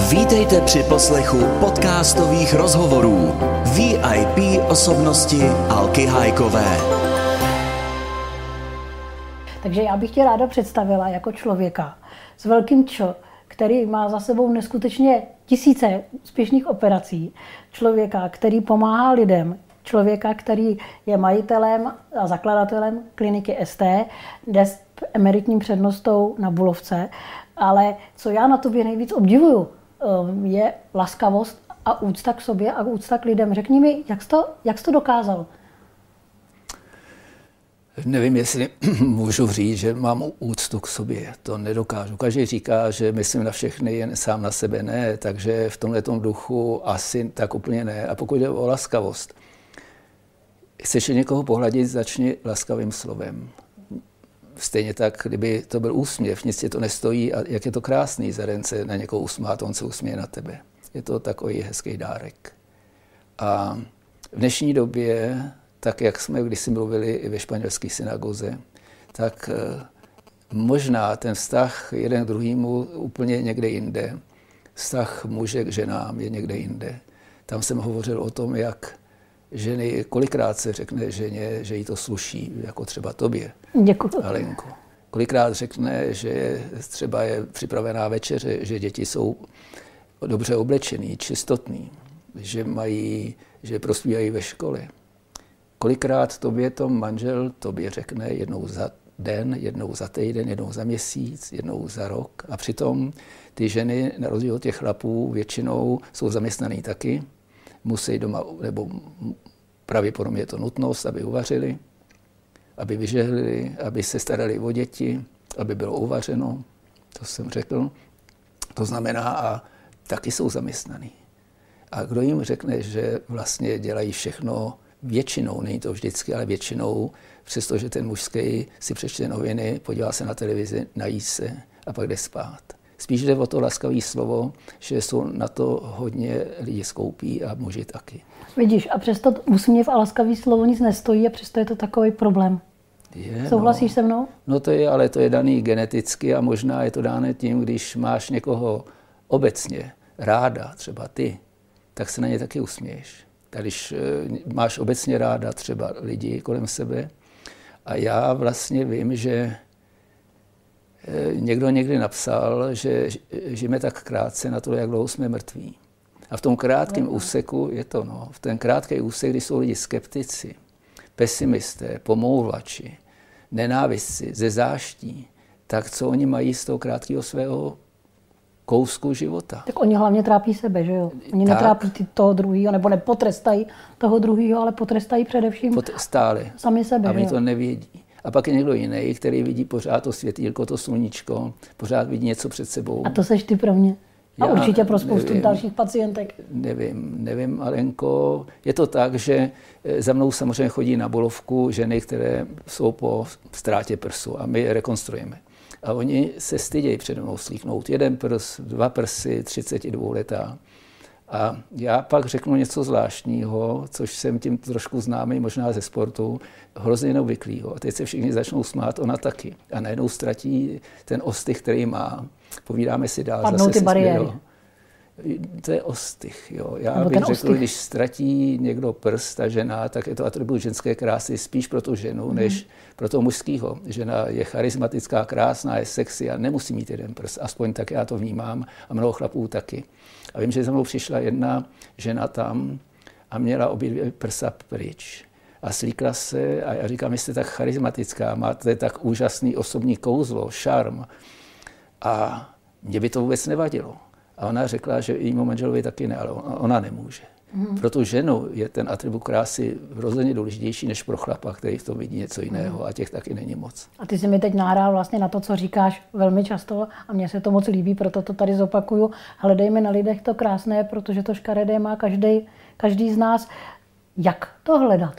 Vítejte při poslechu podcastových rozhovorů VIP osobnosti Alky Hájkové. Takže já bych tě ráda představila jako člověka s velkým Č, který má za sebou neskutečně tisíce úspěšných operací, člověka, který pomáhá lidem, člověka, který je majitelem a zakladatelem kliniky ST, dnes emeritním přednostou na Bulovce. Ale co já na tobě nejvíc obdivuju, je laskavost a úcta k sobě a úcta k lidem. Řekni mi, jak jsi to dokázal? Nevím, jestli můžu říct, že mám úctu k sobě. To nedokážu. Každý říká, že myslím na všechny, jen sám na sebe ne, takže v tomhletom duchu asi tak úplně ne. A pokud jde o laskavost, chceš někoho pohladit, začni laskavým slovem. Stejně tak, kdyby to byl úsměv, nic tě to nestojí a jak je to krásný za den se na někoho usmát, on se usměje na tebe. Je to takový hezký dárek. A v dnešní době, tak jak jsme kdysi mluvili i ve španělské synagoze, tak možná ten vztah jeden k druhému úplně někde jinde. Vztah muže k ženám je někde jinde. Tam jsem hovořil o tom, jak ženy, kolikrát se řekne ženě, že jí to sluší, jako třeba tobě, Děkuji. Alenko. Kolikrát řekne, že třeba je připravená večeře, že děti jsou dobře oblečený, čistotný, že prospívají ve škole. Kolikrát tobě to manžel tobě řekne jednou za den, jednou za týden, jednou za měsíc, jednou za rok. A přitom ty ženy, na rozdíl od těch chlapů, většinou jsou zaměstnaný taky, musí doma, nebo pravděpodobně je to nutnost, aby uvařili, aby vyžehlili, aby se starali o děti, aby bylo uvařeno, to jsem řekl. To znamená, a taky jsou zaměstnaný. A kdo jim řekne, že vlastně dělají všechno většinou, není to vždycky, ale většinou, přestože ten mužský si přečte noviny, podívá se na televizi, nají se a pak jde spát. Spíš jde o to laskavé slovo, že jsou na to hodně lidi skoupí a muži taky. Vidíš, a přesto úsměv a laskavý slovo nic nestojí a přesto je to takový problém. Souhlasíš se mnou? No to je, ale to je daný geneticky a možná je to dáno tím, když máš někoho obecně ráda, třeba ty, tak se na ně taky usměješ. A když máš obecně ráda třeba lidi kolem sebe a já vlastně vím, že někdo někdy napsal, že žijeme tak krátce na to, jak dlouho jsme mrtví. A v tom krátkém úseku je to, v ten krátký úsek, kdy jsou lidi skeptici, pesimisté, pomlouvači, nenávistci, ze záští, tak co oni mají z toho krátkého svého kousku života. Tak oni hlavně trápí sebe, že jo? Oni netrápí toho druhého, nebo nepotrestají toho druhého, ale potrestají především sami sebe. A oni to nevědí. A pak je někdo jiný, který vidí pořád to světýlko, to sluníčko, pořád vidí něco před sebou. A to seš ty pro mě. A určitě pro spoustu dalších pacientek. Nevím, Alenko. Je to tak, že za mnou samozřejmě chodí na Bulovku ženy, které jsou po ztrátě prsu a my je rekonstruujeme. A oni se stydějí přede mnou slíknout. 1 prs, 2 prsy, 32 letá. A já pak řeknu něco zvláštního, což jsem tím trošku známý, možná ze sportu, hrozně neobvyklýho. A teď se všichni začnou smát, ona taky. A najednou ztratí ten ostych, který má. Povídáme si dál. Padnou ty bariéry. To je ostych. Jo. Já bych řekl, když ztratí někdo prst, ta žena, tak je to atribut ženské krásy spíš pro tu ženu, než pro toho mužského. Žena je charismatická, krásná, je sexy a nemusí mít 1 prst. Aspoň tak já to vnímám a mnoho chlapů taky. A vím, že za mnou přišla jedna žena tam a měla obě 2 prsa pryč. A slíkla se a já říkám, jste tak charismatická, máte tak úžasný osobní kouzlo, šarm. A mě by to vůbec nevadilo. A ona řekla, že jejímu manželovi taky ne, ale ona nemůže. Pro tu ženu je ten atribut krásy rozhodně důležitější než pro chlapa, který v tom vidí něco jiného a těch taky není moc. A ty jsi mi teď nahrál vlastně na to, co říkáš velmi často a mně se to moc líbí, proto to tady zopakuju. Hledejme na lidech to krásné, protože to škaredé má každý z nás. Jak to hledat?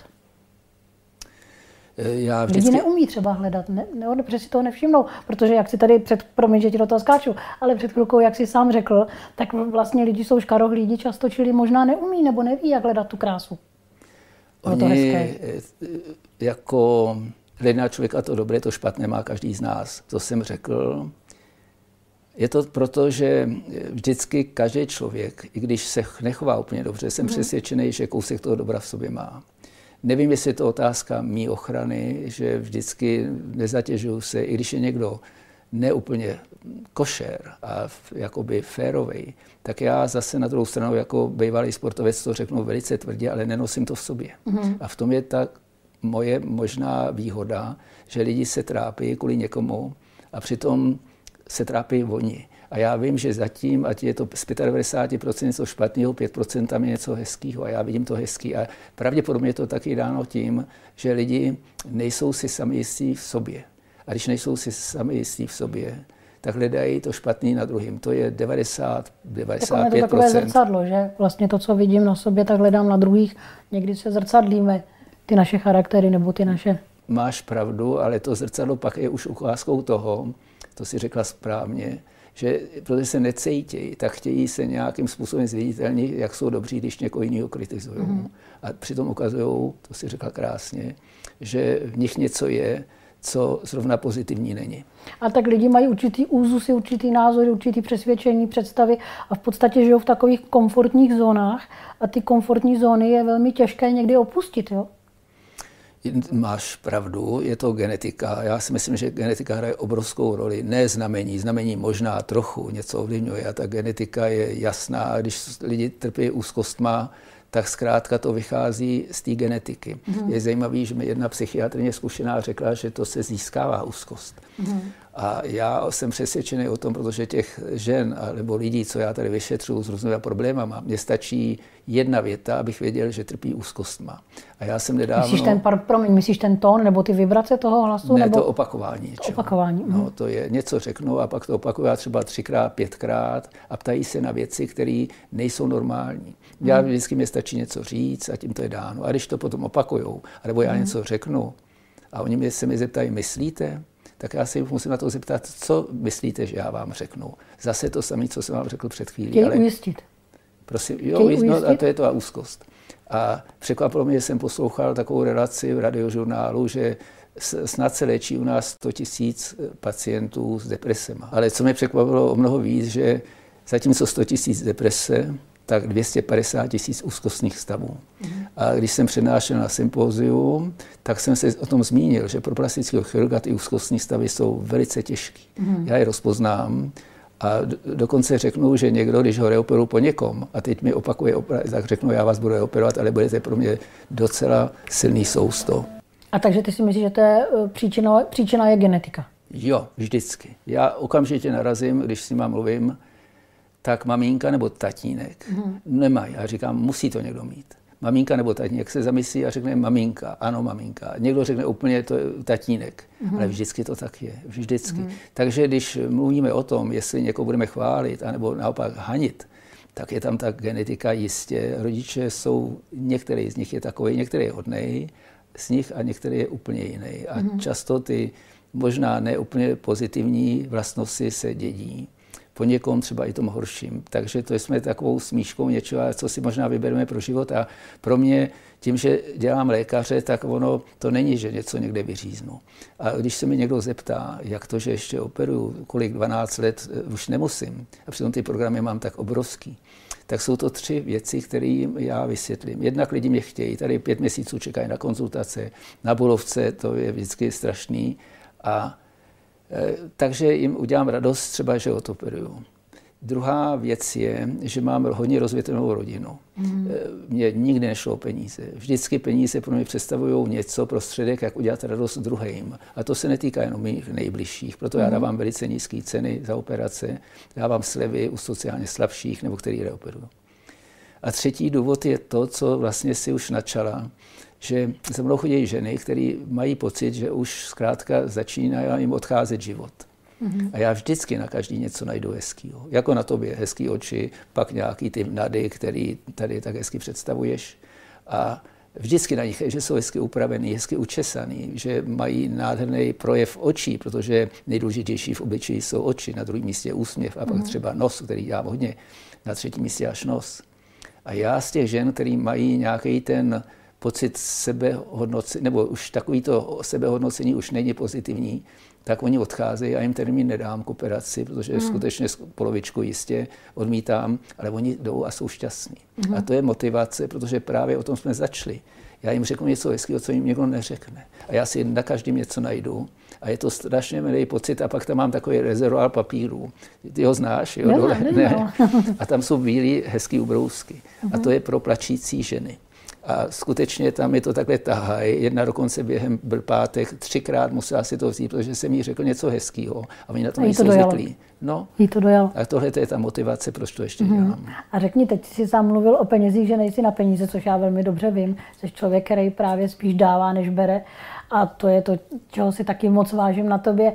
Lidi neumí třeba hledat, protože si toho nevšimnou, protože jak si tady promiň, že ti do toho skáču, ale před chvilkou, jak jsi sám řekl, tak vlastně lidi jsou škarohlídi často, čili možná neumí nebo neví, jak hledat tu krásu. Oni jako hledá člověka to dobré, to špatné má každý z nás. To jsem řekl. Je to proto, že vždycky každý člověk, i když se nechová úplně dobře, jsem přesvědčený, že kousek toho dobra v sobě má. Nevím, jestli je to otázka mý ochrany, že vždycky nezatěžuju se, i když je někdo neúplně košer a jakoby férovej, tak já zase na druhou stranu jako bývalý sportovec to řeknu velice tvrdě, ale nenosím to v sobě. A v tom je ta moje možná výhoda, že lidi se trápí kvůli někomu a přitom se trápí oni. A já vím, že zatím, ať je to z 95% něco špatného, 5% tam je něco hezkého a já vidím to hezký. A pravděpodobně je to taky dáno tím, že lidi nejsou si sami jistí v sobě. A když nejsou si sami jistí v sobě, tak hledají to špatný na druhým. To je 95%. Tak je to takové zrcadlo, že? Vlastně to, co vidím na sobě, tak hledám na druhých. Někdy se zrcadlíme ty naše charaktery nebo ty naše... Máš pravdu, ale to zrcadlo pak je už ukázkou toho, to si řekla správně, že protože se necejtějí, tak chtějí se nějakým způsobem zviditelnit, jak jsou dobří, když někoho jiného kritizují. A přitom ukazují, to si řekla krásně, že v nich něco je, co zrovna pozitivní není. A tak lidi mají určitý úzusy, určitý názory, určitý přesvědčení, představy a v podstatě žijou v takových komfortních zónách a ty komfortní zóny je velmi těžké někdy opustit, jo? Máš pravdu, je to genetika. Já si myslím, že genetika hraje obrovskou roli. Ne znamení, znamení možná trochu něco ovlivňuje a ta genetika je jasná. A když lidi trpí úzkostma, tak zkrátka to vychází z té genetiky. Je zajímavý, že mi jedna psychiatrně zkušená řekla, že to se získává úzkost. A já jsem přesvědčený o tom, protože těch žen nebo lidí, co já tady vyšetřuju s různými problémama, mně jedna věta, abych věděl, že trpí úzkostma. A já jsem nedávno... Myslíš ten tón nebo ty vibrace toho hlasu? Ne, nebo... to opakování. Opakování. No, to je něco řeknu a pak to opakuju třeba 3x, 5x a ptají se na věci, které nejsou normální. Já vždycky mě stačí něco říct a tím to je dáno. A když to potom opakujou, nebo já něco řeknu a oni se mi zeptají, myslíte? Tak já se musím na to zeptat, co myslíte, že já vám řeknu. Zase to samé, co jsem vám řekl před chvílí. Chtějí ujistit. Prosím, jo, no, a to je to úzkost. A překvapilo mě, že jsem poslouchal takovou relaci v radiožurnálu, že snad se léčí u nás 100 000 pacientů s depresema. Ale co mě překvapilo o mnoho víc, že zatímco 100 000 deprese, tak 250 000 úzkostných stavů. A když jsem přednášel na sympóziu, tak jsem se o tom zmínil, že pro plastického chirurga ty úzkostní stavy jsou velice těžké. Já je rozpoznám a dokonce řeknu, že někdo, když ho reoperuju po někom a teď mi opakuje, tak řeknu, já vás budu reoperovat, ale budete pro mě docela silný sousto. A takže ty si myslíš, že to je příčina je genetika? Jo, vždycky. Já okamžitě narazím, když s nima mluvím, tak maminka nebo tatínek nemají. Já říkám, musí to někdo mít. Maminka nebo tatínek se zamyslí a řekne maminka, ano maminka. Někdo řekne úplně to tatínek, ale vždycky to tak je, vždycky. Takže když mluvíme o tom, jestli někoho budeme chválit, anebo naopak hanit, tak je tam ta genetika jistě. Rodiče jsou, některý z nich je takový, některý je hodnej z nich a některý je úplně jiný. A často ty možná neúplně pozitivní vlastnosti se dědí. Po někom třeba i tom horším. Takže to jsme takovou smíškou něčeho, co si možná vybereme pro život. A pro mě, tím, že dělám lékaře, tak ono to není, že něco někde vyříznu. A když se mi někdo zeptá, jak to, že ještě operuju, kolik 12 let už nemusím, a přitom ty programy mám tak obrovský, tak jsou to 3 věci, které já vysvětlím. Jednak lidi mě chtějí, tady 5 měsíců čekají na konzultace, na Bulovce, to je vždycky strašný. Takže jim udělám radost třeba, že operuju. Druhá věc je, že mám hodně rozvětvenou rodinu. Mně nikdy nešlo o peníze. Vždycky peníze pro mě představují něco, prostředek, jak udělat radost druhým. A to se netýká jenom mých nejbližších. Proto já dávám velice nízké ceny za operace, dávám slevy u sociálně slabších, nebo který reoperuju. A třetí důvod je to, co vlastně si už načala, že za mnou chodí ženy, které mají pocit, že už zkrátka začíná jim odcházet život. A já vždycky na každý něco najdu hezkýho. Jako na tobě hezký oči, pak nějaký ty nady, který tady tak hezky představuješ. A vždycky na nich, že jsou hezky upravený, hezky učesaný, že mají nádherný projev očí, protože nejdůležitější v obličeji jsou oči, na druhém místě úsměv a pak třeba nos, který dělám hodně, na třetím místě až nos. A já z těch žen, který mají nějaký ten pocit sebehodnocení, nebo už takovýto sebehodnocení už není pozitivní, tak oni odcházejí a jim termín nedám k operaci, protože skutečně polovičku jistě odmítám, ale oni jdou a jsou šťastní. A to je motivace, protože právě o tom jsme začali. Já jim řeknu něco hezkého, co jim někdo neřekne. A já si na každém něco najdu. A je to strašně milý pocit. A pak tam mám takový rezervoár papírů. Ty ho znáš, jo? Dole? Ne. A tam jsou bílý, hezký ubrousky. A to je pro plačící ženy. A skutečně tam je to takhle tahaj. Jedna dokonce během byl pátek 3krát musela si to vzít, protože jsem jí řekl něco hezkého. A oni na to nejsou zvyklí. No. Jí to dojalo. A tohle je ta motivace, proč to ještě dělám. A řekni, teď jsi sám mluvil o penězích, že nejsi na peníze, což já velmi dobře vím. Jsi člověk, který právě spíš dává, než bere. A to je to, čeho si taky moc vážím na tobě.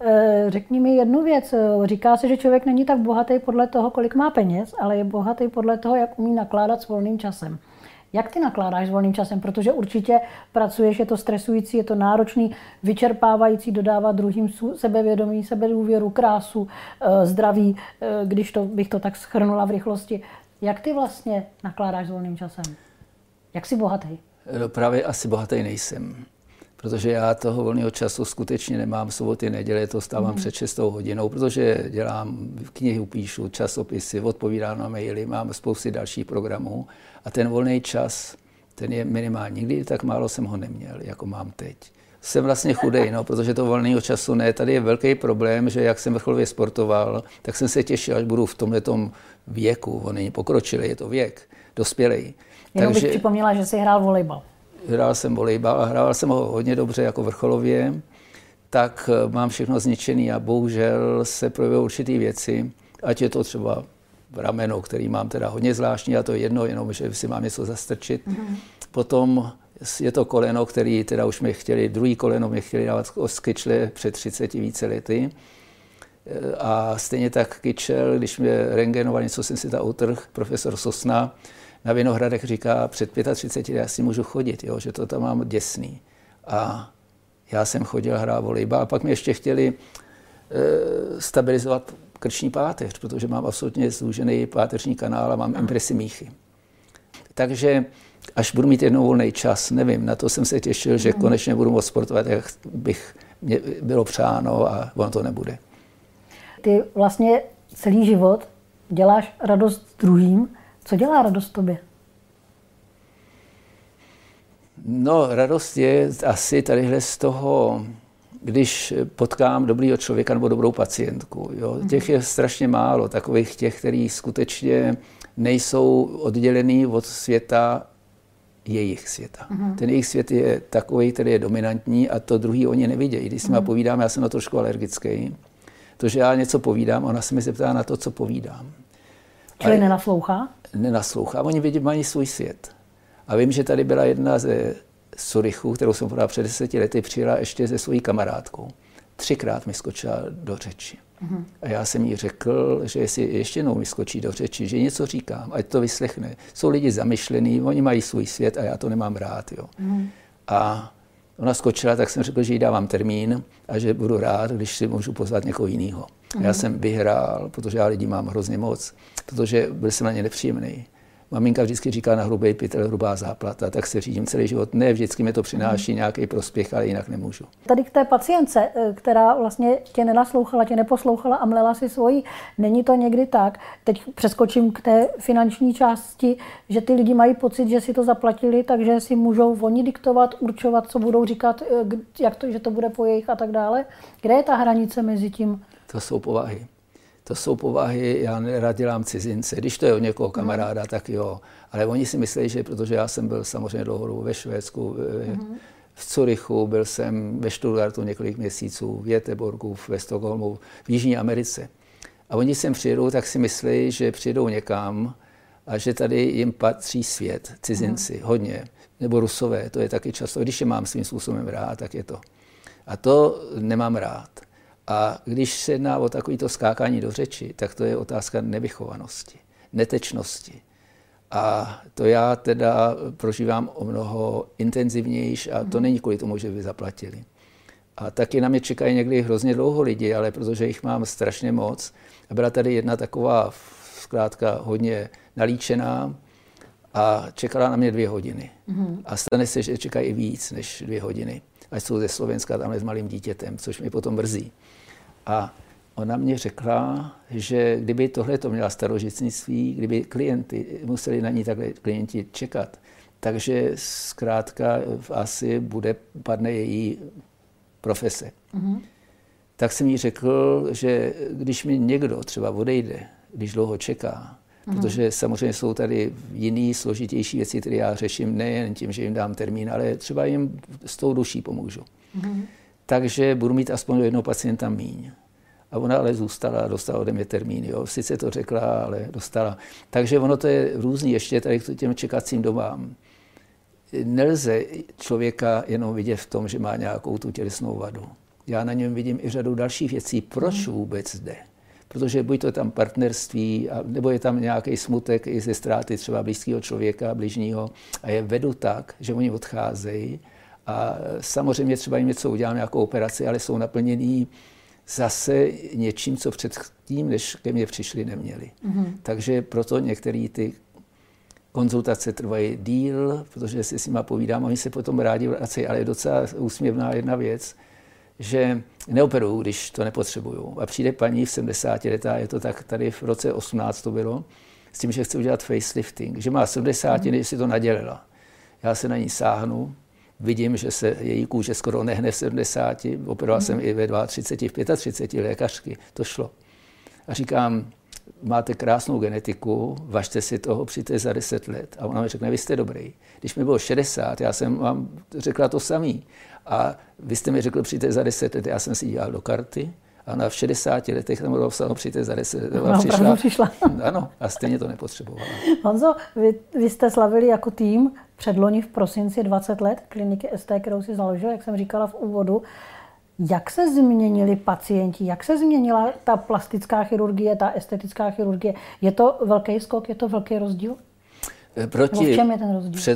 Řekni mi jednu věc. Říká se, že člověk není tak bohatý podle toho, kolik má peněz, ale je bohatý podle toho, jak umí nakládat s volným časem. Jak ty nakládáš s volným časem? Protože určitě pracuješ, je to stresující, je to náročný, vyčerpávající, dodávat druhým sebevědomí, sebedůvěru, krásu, zdraví, když bych to tak shrnula v rychlosti. Jak ty vlastně nakládáš s volným časem? Jak jsi bohatý? No, právě asi bohatý nejsem. Protože já toho volného času skutečně nemám, soboty, neděle, to stávám před 6 hodinou, protože dělám knihy, píšu, časopisy, odpovídám na maily, mám spousty dalších programů a ten volný čas, ten je minimální. Nikdy tak málo jsem ho neměl, jako mám teď. Jsem vlastně chudej, no, protože to volného času ne. Tady je velký problém, že jak jsem vrcholově sportoval, tak jsem se těšil, až budu v tomhletom věku, on není pokročilý, je to věk, dospělej. Jenom bych připomněla, že jsi hrál volejbal. Hrál jsem volejbal a hrál jsem ho hodně dobře jako vrcholově, tak mám všechno zničený a bohužel se projevují určitý věci, ať je to třeba rameno, který mám teda hodně zvláštní, a to je jedno, jenom že si mám něco zastrčit. Potom je to koleno, který teda už druhý koleno mě chtěli dávat z kyčle před 30 více lety. A stejně tak kyčel, když mě rentgenovali, něco jsem si tam utrhl, profesor Sosna, na Vinohradech říká, před 35 já si můžu chodit, jo, že to tam mám děsný. A já jsem chodil, hrál volejbal a pak mě ještě chtěli stabilizovat krční páteř, protože mám absolutně zúžený páteřní kanál a mám impresi míchy. Takže až budu mít jednou volný čas, nevím, na to jsem se těšil, že konečně budu moct sportovat, jak bych mě bylo přáno a ono to nebude. Ty vlastně celý život děláš radost druhým. Co dělá radost tobě? No, radost je asi tadyhle z toho, když potkám dobrýho člověka nebo dobrou pacientku. Jo. Těch je strašně málo, takových těch, kteří skutečně nejsou oddělený od světa jejich světa. Ten jejich svět je takový, který je dominantní a to druhý oni nevidějí. Když s nimi povídám, já jsem na to trošku alergický, protože já něco povídám, ona se mi zeptá na to, co povídám. Čili nenaslouchá? Nenaslouchá, oni mají svůj svět. A vím, že tady byla jedna ze Curychu, kterou jsem podal před 10 lety, přijela ještě se svojí kamarádkou. 3krát mi skočila do řeči. A já jsem jí řekl, že jestli ještě jednou mi skočí do řeči, že něco říkám, ať to vyslechne. Jsou lidi zamyšlení, oni mají svůj svět a já to nemám rád. Jo. A ona skočila, tak jsem řekl, že jí dávám termín a že budu rád, když si můžu pozvat někoho jiného. Já jsem vyhrál, protože já lidí mám hrozně moc, protože byl jsem na ně nepříjemný. Maminka vždycky říká na hrubý pytel, hrubá záplata, tak se řídím celý život. Ne, vždycky mi to přináší nějaký prospěch, ale jinak nemůžu. Tady k té pacientce, která vlastně tě nenaslouchala, tě neposlouchala a mlela si svoji, není to někdy tak, teď přeskočím k té finanční části, že ty lidi mají pocit, že si to zaplatili, takže si můžou oni diktovat, určovat, co budou říkat, jak to, že to bude po jejich a tak dále. Kde je ta hranice mezi tím? To jsou povahy. To jsou povahy, já nerad dělám cizince. Když to je od někoho kamaráda, tak jo. Ale oni si myslí, že protože já jsem byl samozřejmě dlouho ve Švédsku, v Curychu, byl jsem ve Stuttgartu několik měsíců, v Göteborgu, ve Stockholmu, v Jižní Americe. A oni sem přijedou, tak si myslí, že přijedou někam a že tady jim patří svět, cizinci, hodně. Nebo Rusové, to je taky často. Když je mám svým způsobem rád, tak je to. A to nemám rád. A když se jedná o takovéto skákání do řeči, tak to je otázka nevychovanosti, netečnosti. A to já teda prožívám o mnoho intenzivnější a to není kvůli tomu, že by zaplatili. A taky na mě čekají někdy hrozně dlouho lidi, ale protože jich mám strašně moc. A byla tady jedna taková zkrátka hodně nalíčená a čekala na mě 2 hodiny. A stane se, že čekají i víc než 2 hodiny. ať jsou ze Slovenska tamhle s malým dítětem, což mě potom mrzí. A ona mě řekla, že kdyby tohle to měla starožitnictví, kdyby klienty museli na ní takhle klienti čekat, takže zkrátka asi padne její profese. Tak jsem jí řekl, že když mi někdo třeba odejde, když dlouho čeká, protože samozřejmě jsou tady jiný složitější věci, které já řeším nejen tím, že jim dám termín, ale třeba jim s tou duší pomůžu. Takže budu mít aspoň jednoho pacienta míň. A ona ale zůstala a dostala ode mě termín. Jo. Sice to řekla, ale dostala. Takže ono to je různý ještě tady k těm čekacím dobám. Nelze člověka jenom vidět v tom, že má nějakou tu tělesnou vadu. Já na něm vidím i řadu dalších věcí, proč vůbec jde. Protože buď to je tam partnerství, nebo je tam nějaký smutek i ze ztráty třeba blízkého člověka, bližního, a je vedu tak, že oni odcházejí a samozřejmě třeba jim něco udělám, nějakou operaci, ale jsou naplněný zase něčím, co předtím, než ke mně přišli, neměli. Takže proto některé ty konzultace trvají díl, protože si s nima povídám, oni se potom rádi vracejí, ale je docela úsměvná jedna věc, že neoperují, když to nepotřebují. A přijde paní v 70 letá, je to tak tady v roce 18 to bylo, s tím, že chce udělat facelifting, že má 70, než si to nadělila. Já se na ní sáhnu, vidím, že se její kůže skoro nehne v 70, operoval jsem i ve 32, v 35 lékařky, to šlo. A říkám, máte krásnou genetiku, važte si toho, přijďte za 10 let. A ona mi řekne, vy jste dobrý. Když mi bylo 60, já jsem vám řekla to samý. A vy jste mi řekl, přijďte za 10 let, já jsem si dělal do karty. A ona v 60 letech tam bylo psáno, přijďte za 10 let. A přišla. Ano, a stejně to nepotřebovala. Honzo, vy jste slavili jako tým předloni v prosinci 20 let kliniky ST, kterou si založil, jak jsem říkala v úvodu. Jak se změnili pacienti? Jak se změnila ta plastická chirurgie, ta estetická chirurgie? Je to velký skok, je to velký rozdíl? Proti v čem je ten rozdíl? Před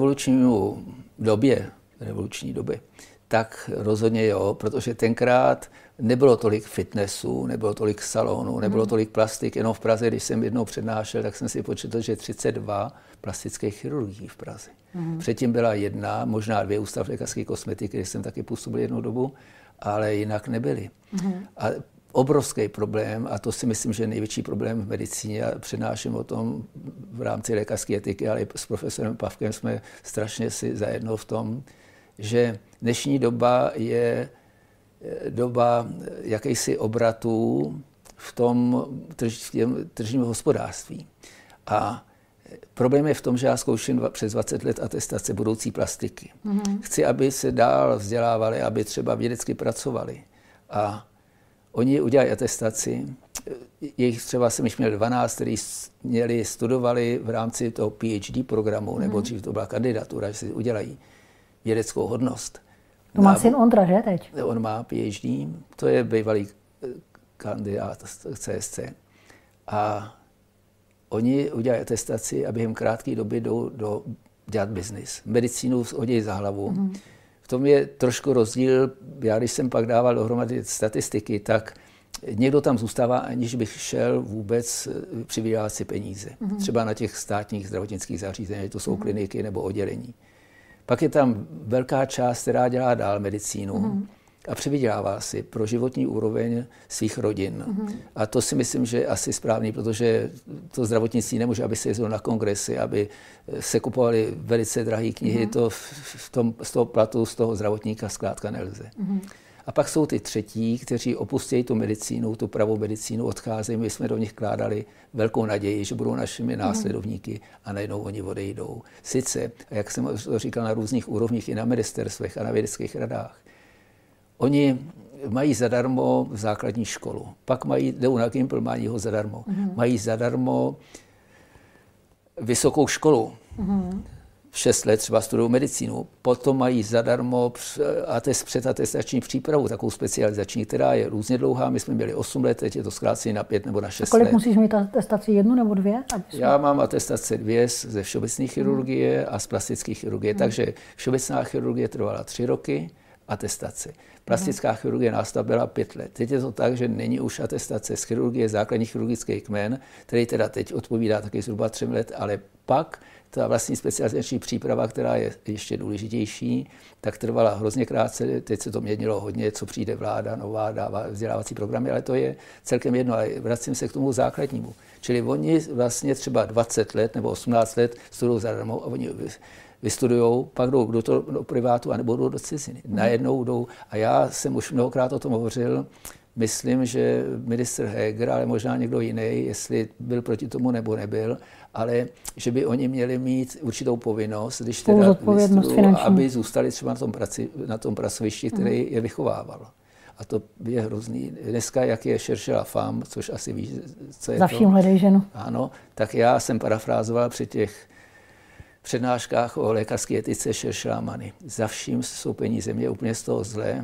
revoluční době, tak rozhodně jo, protože tenkrát nebylo tolik fitnessu, nebylo tolik salonů, nebylo tolik plastik. Jenom v Praze, když jsem jednou přednášel, tak jsem si početl, že 32 plastických chirurgií v Praze. Předtím byla jedna, možná 2 ústav lékařské kosmetiky, kde jsem taky působil jednu dobu, ale jinak nebyly. A obrovský problém, a to si myslím, že je největší problém v medicíně, a přednáším o tom v rámci lékařské etiky, ale i s profesorem Pavkem jsme strašně si zajedno v tom, že dnešní doba je doba jakýchsi obratů v tom tržním hospodářství. A problém je v tom, že já zkouším přes 20 let atestace budoucí plastiky. Chci, aby se dál vzdělávali, aby třeba vědecky pracovali. A oni udělají atestaci, jejich třeba jsem již měl 12, kteří studovali v rámci toho PhD programu, nebo dřív to byla kandidatura, že si udělají vědeckou hodnost. To má syn Ondra, že teď? On má PhD, to je bývalý kandidát CSC. A oni udělají atestaci a během krátké doby jdou dělat biznis. Medicínu hodí za hlavu. V tom je trošku rozdíl. Já, když jsem pak dával dohromady statistiky, tak někdo tam zůstává, aniž bych šel vůbec přivydělat si peníze. Třeba na těch státních zdravotnických zařízeních, to jsou kliniky nebo oddělení. Pak je tam velká část, která dělá dál medicínu a přivydělává si pro životní úroveň svých rodin. A to si myslím, že je asi správný, protože to zdravotnictví nemůže, aby se jezdilo na kongresy, aby se kupovaly velice drahé knihy, to z toho platu, z toho zdravotníka zkrátka nelze. A pak jsou ty třetí, kteří opustí tu medicínu, tu pravou medicínu, odcházejí. My jsme do nich kládali velkou naději, že budou našimi následovníky a najednou oni odejdou. Sice, a jak jsem říkal na různých úrovních, i na ministerstvech a na vědeckých radách, oni mají zadarmo základní školu. Pak jdou na Gimpl, mají ho zadarmo. Mají zadarmo vysokou školu. 6 let třeba studují medicínu, potom mají zadarmo předatestační přípravu, takovou specializační, která je různě dlouhá. My jsme měli 8 let, teď je to zkrácení na 5 nebo na 6 let. A kolik musíš mít atestaci, 1 nebo 2? Já mám atestace 2 ze všeobecné chirurgie a z plastické chirurgie, takže všeobecná chirurgie trvala 3 roky atestace. Plastická chirurgie nástavba 5 let. Teď je to tak, že není už atestace z chirurgie, základní chirurgický kmen, který teda teď odpovídá taky zhruba 3 let, ale pak ta vlastní specializační příprava, která je ještě důležitější, tak trvala hrozně krátce, teď se to měnilo hodně, co přijde vláda, nová, dává vzdělávací programy, ale to je celkem jedno, ale vracím se k tomu základnímu. Čili oni vlastně třeba 20 let nebo 18 let studují zadarmo a oni vystudujou, pak jdou do privátu a nebo jdou do ciziny. Najednou jdou, a já jsem už mnohokrát o tom hovořil, myslím, že ministr Heger, ale možná někdo jiný, jestli byl proti tomu nebo nebyl, ale že by oni měli mít určitou povinnost, když teda vystudují, aby zůstali třeba na tom pracovišti, který je vychovával. A to je hrozný. Dneska, jak je Cherchez la femme, což asi víš, co je to. Za vším hledej ženu. Ano, tak já jsem parafrázoval při těch přednáškách o lékařské etice Cherchez Money. Za vším jsou peníze, mě úplně z toho zlé,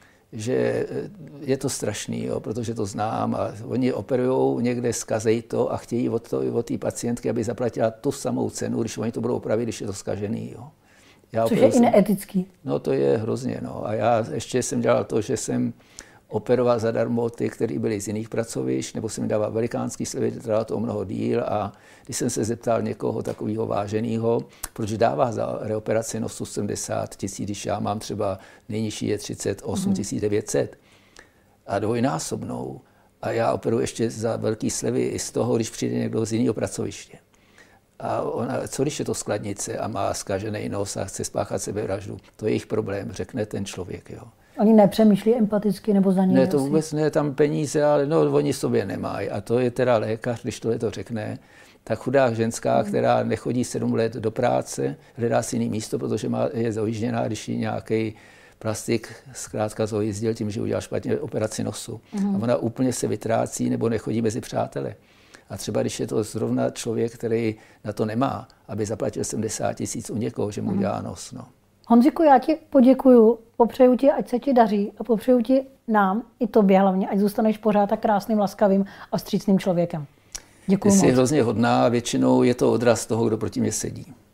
že je to strašný, jo, protože to znám a oni operujou někde, zkazejí to a chtějí od té pacientky, aby zaplatila tu samou cenu, když oni to budou opravit, když je to zkažený. Jo. Což je i neetický. No to je hrozně. No. A já ještě jsem dělal to, že jsem operoval zadarmo ty, kteří byli z jiných pracovišť, nebo jsem dával velikánský slevy, trvalo to mnoho díl a když jsem se zeptal někoho takového váženého, proč dává za reoperaci 170 000, když já mám třeba nejnižší je 38 900 a dvojnásobnou a já operuji ještě za velký slevy i z toho, když přijde někdo z jiného pracoviště. A ona, co když je to skladnice a má zkažený nos a chce spáchat sebevraždu, to je jejich problém, řekne ten člověk. Jo. Oni nepřemýšlí empaticky nebo za ně? Ne, to vůbec ne, tam peníze, ale no, oni sobě nemají. A to je teda lékař, když to řekne, tak chudá ženská, která nechodí 7 let do práce, hledá si jiný místo, protože je zajížděná, když jí nějaký plastik zkrátka zajízdil tím, že udělal špatně operaci nosu. A ona úplně se vytrácí nebo nechodí mezi přáteli. A třeba když je to zrovna člověk, který na to nemá, aby zaplatil 70 000 u někoho, že mu udělá nos. No. Honziku, já ti poděkuju, popřeju ti, ať se ti daří a popřeju ti nám, i tobě hlavně, ať zůstaneš pořád tak krásným, laskavým a vstřícným člověkem. Děkuju moc. Jsi hrozně hodná a většinou je to odraz toho, kdo proti mě sedí.